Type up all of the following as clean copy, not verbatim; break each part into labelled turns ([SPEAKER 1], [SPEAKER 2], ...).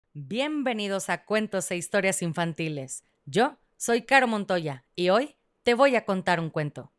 [SPEAKER 1] Bienvenidos a Cuentos e Historias Infantiles. Yo soy Caro Montoya y hoy te voy a contar un cuento.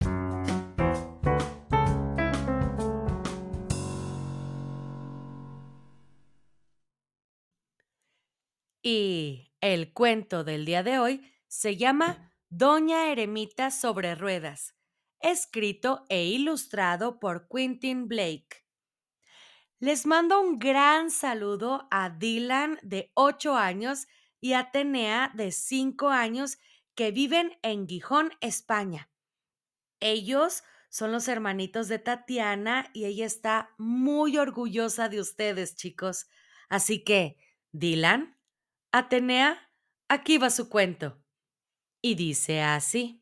[SPEAKER 1] Y el cuento del día de hoy se llama Doña Eremita sobre Ruedas, escrito e ilustrado por Quentin Blake. Les mando un gran saludo a Dylan de 8 años y a Atenea de 5 años que viven en Gijón, España. Ellos son los hermanitos de Tatiana y ella está muy orgullosa de ustedes, chicos. Así que, Dylan, Atenea, aquí va su cuento. Y dice así.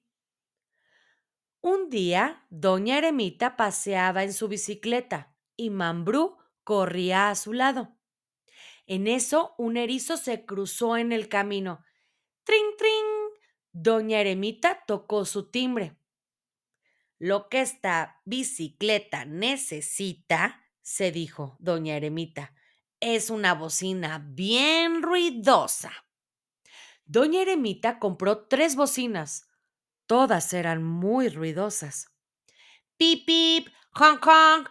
[SPEAKER 1] Un día, doña Eremita paseaba en su bicicleta y Mambrú corría a su lado. En eso, un erizo se cruzó en el camino. ¡Trin, trin! Doña Eremita tocó su timbre. Lo que esta bicicleta necesita, se dijo doña Eremita, es una bocina bien ruidosa. Doña Eremita compró 3 bocinas. Todas eran muy ruidosas. Pip, pip, Hong Kong,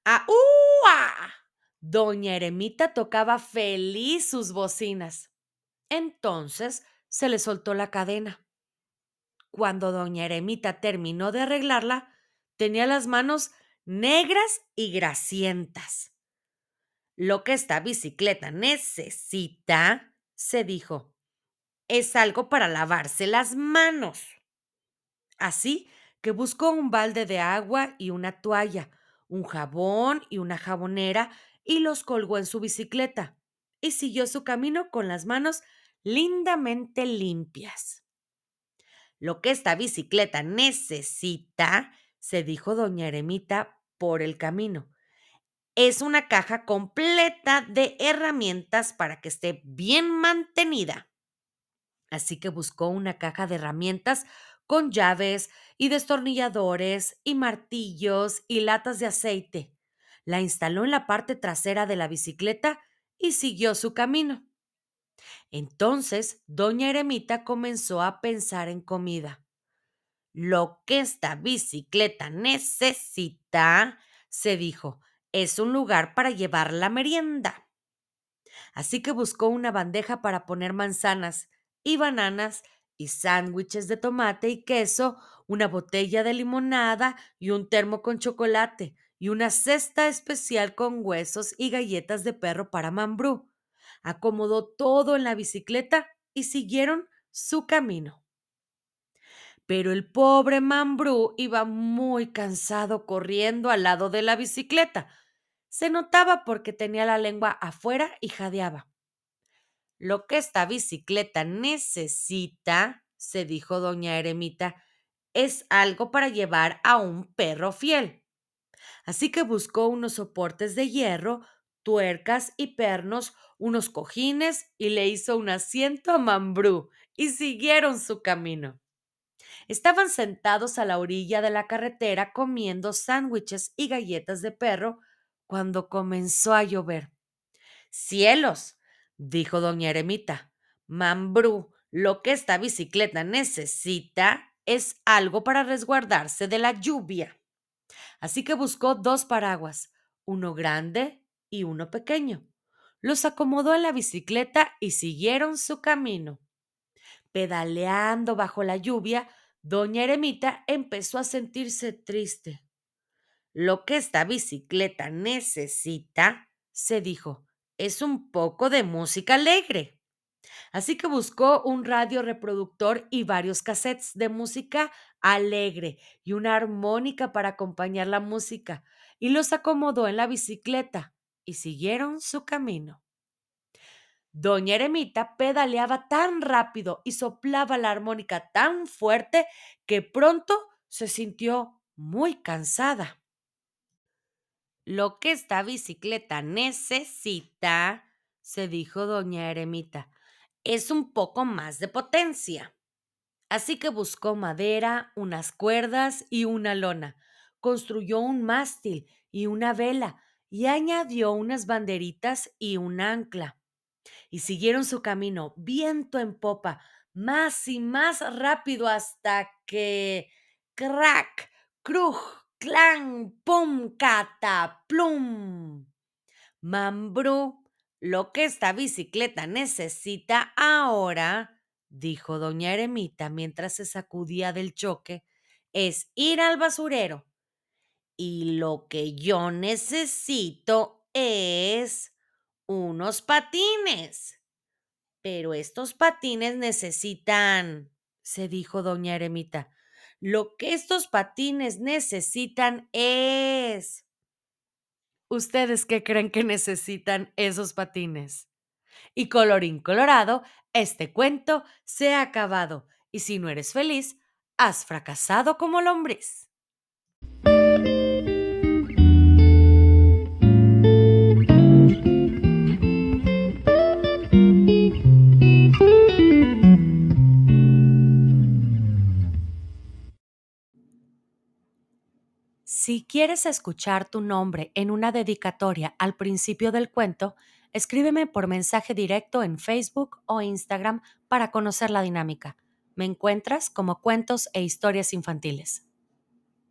[SPEAKER 1] ¡ah! Doña Eremita tocaba feliz sus bocinas. Entonces se le soltó la cadena. Cuando doña Eremita terminó de arreglarla, tenía las manos negras y grasientas. Lo que esta bicicleta necesita, se dijo, es algo para lavarse las manos. Así que buscó un balde de agua y una toalla, un jabón y una jabonera y los colgó en su bicicleta y siguió su camino con las manos lindamente limpias. Lo que esta bicicleta necesita, se dijo doña Eremita por el camino, es una caja completa de herramientas para que esté bien mantenida. Así que buscó una caja de herramientas con llaves y destornilladores y martillos y latas de aceite. La instaló en la parte trasera de la bicicleta y siguió su camino. Entonces, doña Eremita comenzó a pensar en comida. Lo que esta bicicleta necesita, se dijo, es un lugar para llevar la merienda. Así que buscó una bandeja para poner manzanas y bananas y sándwiches de tomate y queso, una botella de limonada y un termo con chocolate y una cesta especial con huesos y galletas de perro para Mambrú. Acomodó todo en la bicicleta y siguieron su camino. Pero el pobre Mambrú iba muy cansado corriendo al lado de la bicicleta. Se notaba porque tenía la lengua afuera y jadeaba. Lo que esta bicicleta necesita, se dijo doña Eremita, es algo para llevar a un perro fiel. Así que buscó unos soportes de hierro, tuercas y pernos, unos cojines y le hizo un asiento a Mambrú y siguieron su camino. Estaban sentados a la orilla de la carretera comiendo sándwiches y galletas de perro cuando comenzó a llover. ¡Cielos!, dijo doña Eremita. Mambrú, lo que esta bicicleta necesita es algo para resguardarse de la lluvia. Así que buscó 2 paraguas, uno grande y uno pequeño. Los acomodó en la bicicleta y siguieron su camino. Pedaleando bajo la lluvia, doña Eremita empezó a sentirse triste. Lo que esta bicicleta necesita, se dijo, es un poco de música alegre. Así que buscó un radio reproductor y varios cassettes de música alegre y una armónica para acompañar la música, y los acomodó en la bicicleta y siguieron su camino. Doña Eremita pedaleaba tan rápido y soplaba la armónica tan fuerte que pronto se sintió muy cansada. Lo que esta bicicleta necesita, se dijo doña Eremita, es un poco más de potencia. Así que buscó madera, unas cuerdas y una lona. Construyó un mástil y una vela y añadió unas banderitas y un ancla. Y siguieron su camino, viento en popa, más y más rápido hasta que crack, cruj, clan, pum, cataplum. Mambrú, lo que esta bicicleta necesita ahora, dijo doña Eremita mientras se sacudía del choque, es ir al basurero. Y lo que yo necesito es unos patines. Pero estos patines necesitan, se dijo doña Eremita, lo que estos patines necesitan es... ¿Ustedes qué creen que necesitan esos patines? Y colorín colorado, este cuento se ha acabado. Y si no eres feliz, has fracasado como lombriz. Si quieres escuchar tu nombre en una dedicatoria al principio del cuento, escríbeme por mensaje directo en Facebook o Instagram para conocer la dinámica. Me encuentras como Cuentos e Historias Infantiles.